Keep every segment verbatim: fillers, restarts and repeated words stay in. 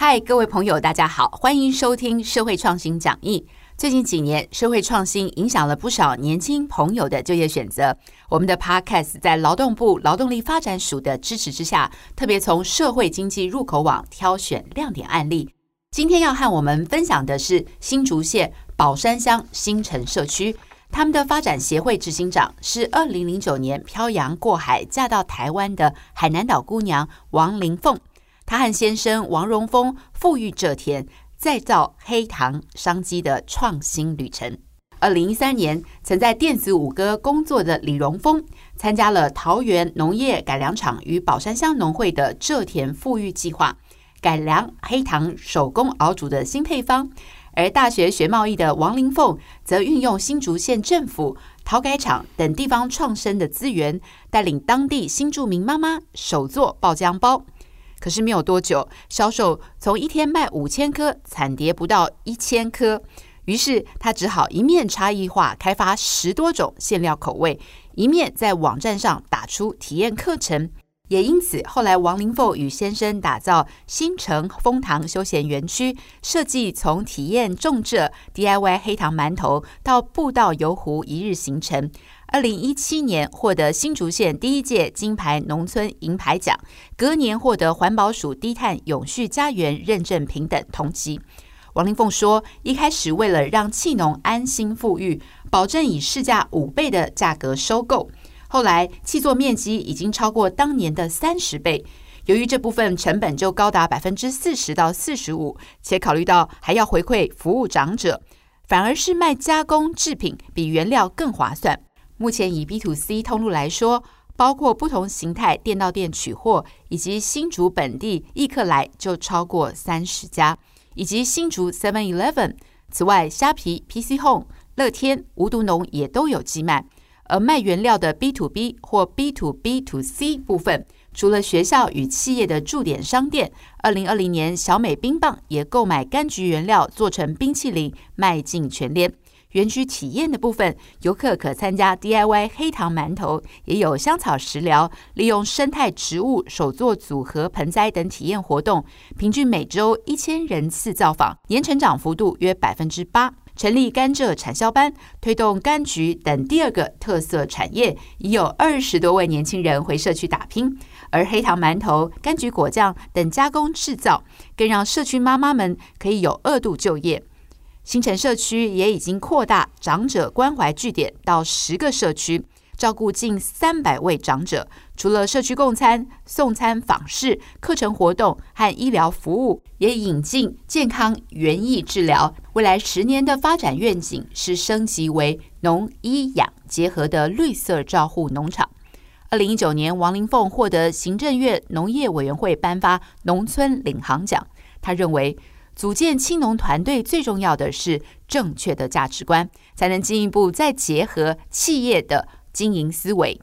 嗨，各位朋友大家好，欢迎收听社会创新讲义。最近几年，社会创新影响了不少年轻朋友的就业选择。我们的 Podcast 在劳动部劳动力发展署的支持之下，特别从社会经济入口网挑选亮点案例。今天要和我们分享的是新竹县宝山乡新城社区，他们的发展协会执行长是二零零九年漂洋过海嫁到台湾的海南岛姑娘王玲凤。她和先生王荣峰富裕这田，再造黑糖商机的创新旅程。二零一三年，曾在电子五哥工作的李荣峰，参加了桃园农业改良场与宝山乡农会的这田富裕计划，改良黑糖手工熬煮的新配方。而大学学贸易的王玲凤，则运用新竹县政府、陶改厂等地方创生的资源，带领当地新住民妈妈手做爆浆包。可是没有多久，销售从一天卖五千颗惨跌不到一千颗，于是他只好一面差异化开发十多种馅料口味，一面在网站上打出体验课程。也因此，后来王玲凤与先生打造新城枫糖休闲园区，设计从体验种蔗、D I Y 黑糖馒头到步道游湖一日行程。二零一七年获得新竹县第一届金牌农村银牌奖，隔年获得环保署低碳永续家园认证平等同级。王玲凤说，一开始为了让企农安心富裕，保证以市价五倍的价格收购。后来契作面积已经超过当年的三十倍，由于这部分成本就高达百分之四十到四十五，且考虑到还要回馈服务长者，反而是卖加工制品比原料更划算。目前以 B to C 通路来说，包括不同形态店到店取货，以及新竹本地易客来就超过三十家，以及新竹 seven eleven。此外，虾皮、P C Home、乐天、无毒农也都有寄卖。而卖原料的 B to B 或 B to B to C 部分，除了学校与企业的驻点商店，二零二零年小美冰棒也购买柑橘原料做成冰淇淋，卖进全联。园区体验的部分，游客可参加 D I Y 黑糖馒头，也有香草食疗，利用生态植物手作组合盆栽等体验活动，平均每周一千人次造访，年成长幅度约百分之八。成立甘蔗产销班，推动柑橘等第二个特色产业，已有二十多位年轻人回社区打拼。而黑糖馒头、柑橘果酱等加工制造，更让社区妈妈们可以有二度就业。新城社区也已经扩大长者关怀据点到十个社区，照顾近三百位长者。除了社区共餐、送餐访视、课程活动和医疗服务，也引进健康园艺治疗。未来十年的发展愿景是升级为农医养结合的绿色照护农场。二零一九年，王玲凤获得行政院农业委员会颁发农村领航奖。他认为，组建青农团队最重要的是正确的价值观，才能进一步再结合企业的经营思维。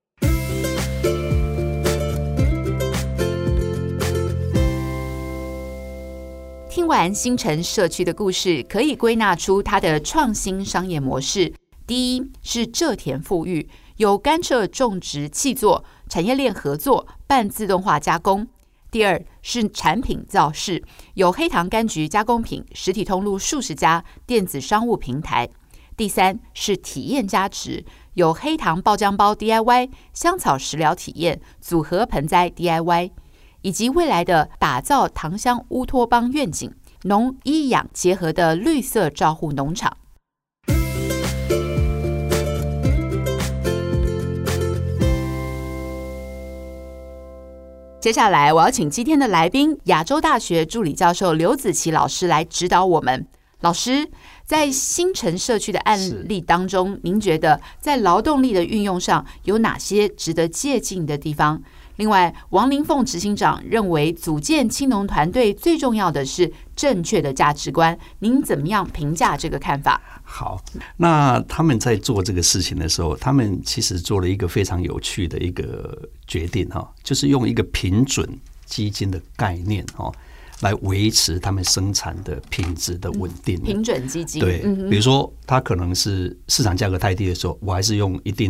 听完新城社区的故事，可以归纳出它的创新商业模式。第一是这田富裕，有甘蔗种植契作、产业链合作、半自动化加工。第二是产品造市，有黑糖柑橘加工品实体通路数十家，电子商务平台。第三是体验加值，有黑糖爆浆包 D I Y、 香草食疗体验、组合盆栽 D I Y， 以及未来的打造糖香乌托邦愿景，农医养结合的绿色照护农场。接下来我要请今天的来宾，亚洲大学助理教授刘子琪老师来指导我们。老师，在新城社区的案例当中，您觉得在劳动力的运用上有哪些值得借鉴的地方？另外，王玲凤执行长认为，组建青农团队最重要的是正确的价值观，您怎么样评价这个看法？ 好，那他们在做这个事情的时候，他们其实做了一个非常有趣的一个决定，就是用一个平准基金的概念来维持他们生产的品质的稳定。 平准基金， 对，比如说它可能是市场价格太低的时候，我还是用一定的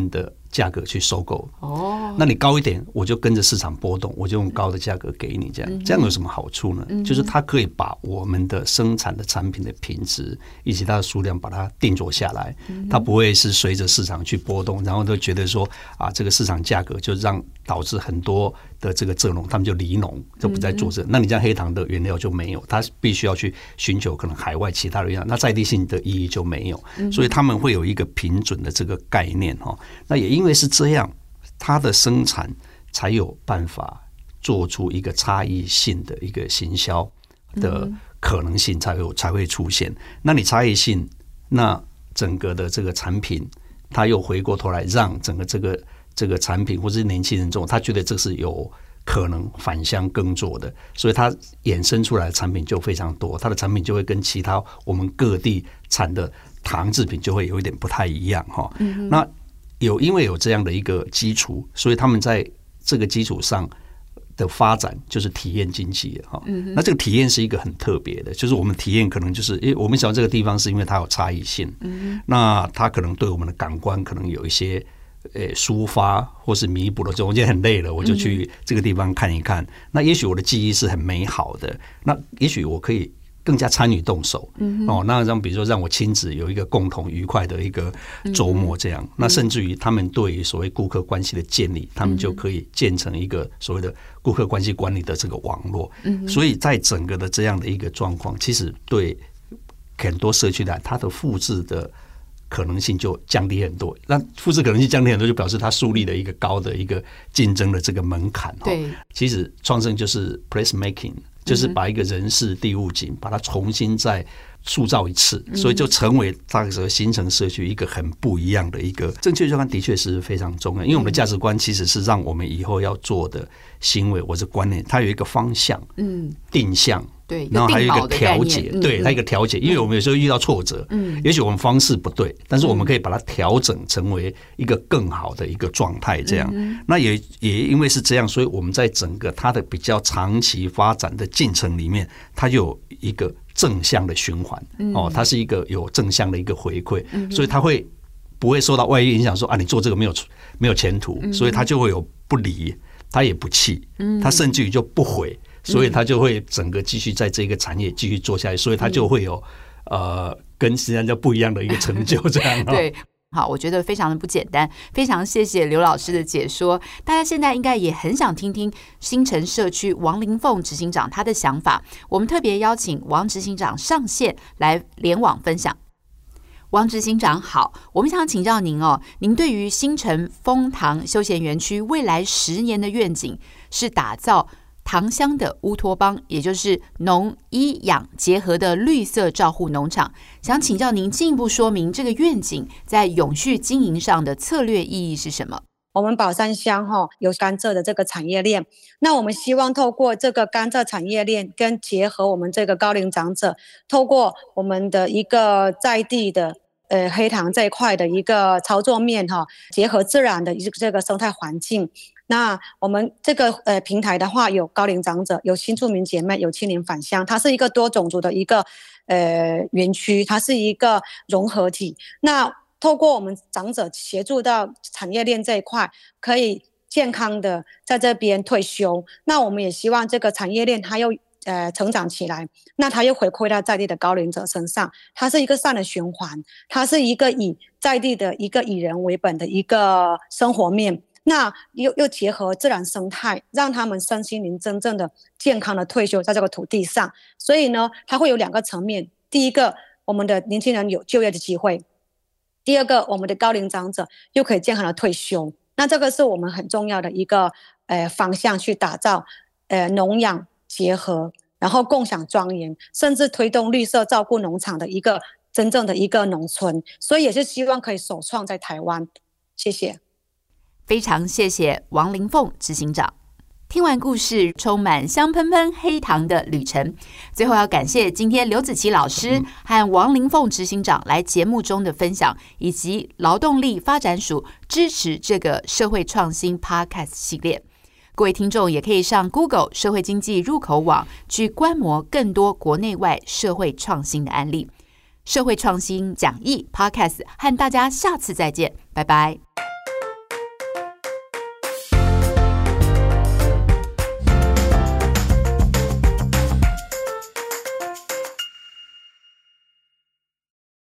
价格去收购。 哦， 那你高一点，我就跟着市场波动，我就用高的价格给你，这样、嗯、这样有什么好处呢？嗯、就是它可以把我们的生产的产品的品质以及它的数量把它定着下来，嗯、它不会是随着市场去波动，然后都觉得说啊，这个市场价格就让导致很多的这个蔗农他们就离农，就不再做这、嗯、那你这样黑糖的原料就没有，它必须要去寻求可能海外其他的原料，那在地性的意义就没有，嗯、所以他们会有一个平准的这个概念哈。那也因为是这样，它的生产才有办法做出一个差异性的一个行销的可能性才有才会出现。那你差异性，那整个的这个产品，它又回过头来让整个这个这个产品或者是年轻人中，他觉得这是有可能返乡耕作的，所以它衍生出来的产品就非常多，它的产品就会跟其他我们各地产的糖制品就会有一点不太一样哈。嗯、那有因为有这样的一个基础，所以他们在这个基础上的发展就是体验经济哈。嗯、那这个体验是一个很特别的，就是我们体验可能就是因为我们想这个地方是因为它有差异性，嗯、那它可能对我们的感官可能有一些呃抒发或是弥补了，就我今天很累了，我就去这个地方看一看。嗯、那也许我的记忆是很美好的，那也许我可以更加参与动手，嗯、哦，那让比如说让我亲子有一个共同愉快的一个周末这样，嗯、那甚至于他们对于所谓顾客关系的建立，他们就可以建成一个所谓的顾客关系管理的这个网络。嗯、所以在整个的这样的一个状况，其实对很多社区来，它的复制的可能性就降低很多。那复制可能性降低很多，就表示它树立了一个高的一个竞争的这个门槛。对，其实创生就是 place making。就是把一个人事地物景把它重新再塑造一次，所以就成为它的形成社区一个很不一样的一个正确价值观，的确是非常重要。因为我们的价值观其实是让我们以后要做的行为或者观念，它有一个方向，嗯，定向。对，然后还有一个调节，嗯、对，它一个调节，因为我们有时候遇到挫折，嗯，也许我们方式不对，但是我们可以把它调整成为一个更好的一个状态，这样。嗯、那也也因为是这样，所以我们在整个它的比较长期发展的进程里面，它就有一个正向的循环，嗯、哦，它是一个有正向的一个回馈，嗯、所以它会不会受到外力影响说，说啊，你做这个没有没有前途，嗯、所以它就会有不离，它也不弃，嗯、它甚至于就不悔。所以他就会整个继续在这个产业继续做下去，所以他就会有呃跟实际上就不一样的一个成就，这样。 对，好，我觉得非常的不简单，非常谢谢刘老师的解说。大家现在应该也很想听听新城社区王林凤执行长他的想法，我们特别邀请王执行长上线来联网分享。王执行长好，我们想请教您哦，您对于新城枫糖休闲园区未来十年的愿景是打造糖香的乌托邦，也就是农医养结合的绿色照护农场，想请教您进一步说明这个愿景在永续经营上的策略意义是什么？ 我们宝山乡有甘蔗的这个产业链，那我们希望透过这个甘蔗产业链跟结合我们这个高龄长者，透过我们的一个在地的呃黑糖这一块的一个操作面哈，结合自然的这个生态环境。那我们这个呃平台的话，有高龄长者，有新住民姐妹，有青年返乡，它是一个多种族的一个呃园区，它是一个融合体。那透过我们长者协助到产业链这一块，可以健康的在这边退休。那我们也希望这个产业链它又呃成长起来，那它又回馈到在地的高龄者身上，它是一个善的循环，它是一个以在地的一个以人为本的一个生活面。那 又, 又结合自然生态，让他们身心灵真正的健康的退休在这个土地上。所以呢，它会有两个层面，第一个我们的年轻人有就业的机会，第二个我们的高龄长者又可以健康的退休。那这个是我们很重要的一个呃方向，去打造呃农养结合，然后共享庄园，甚至推动绿色照顾农场的一个真正的一个农村。所以也是希望可以首创在台湾。谢谢。 非常谢谢王林凤执行长。听完故事，充满香喷喷黑糖的旅程。最后要感谢今天刘子琪老师和王林凤执行长来节目中的分享，以及劳动力发展署支持这个社会创新 Podcast 系列。各位听众也可以上 Google 社会经济入口网去观摩更多国内外社会创新的案例。社会创新讲义 Podcast 和大家下次再见，拜拜。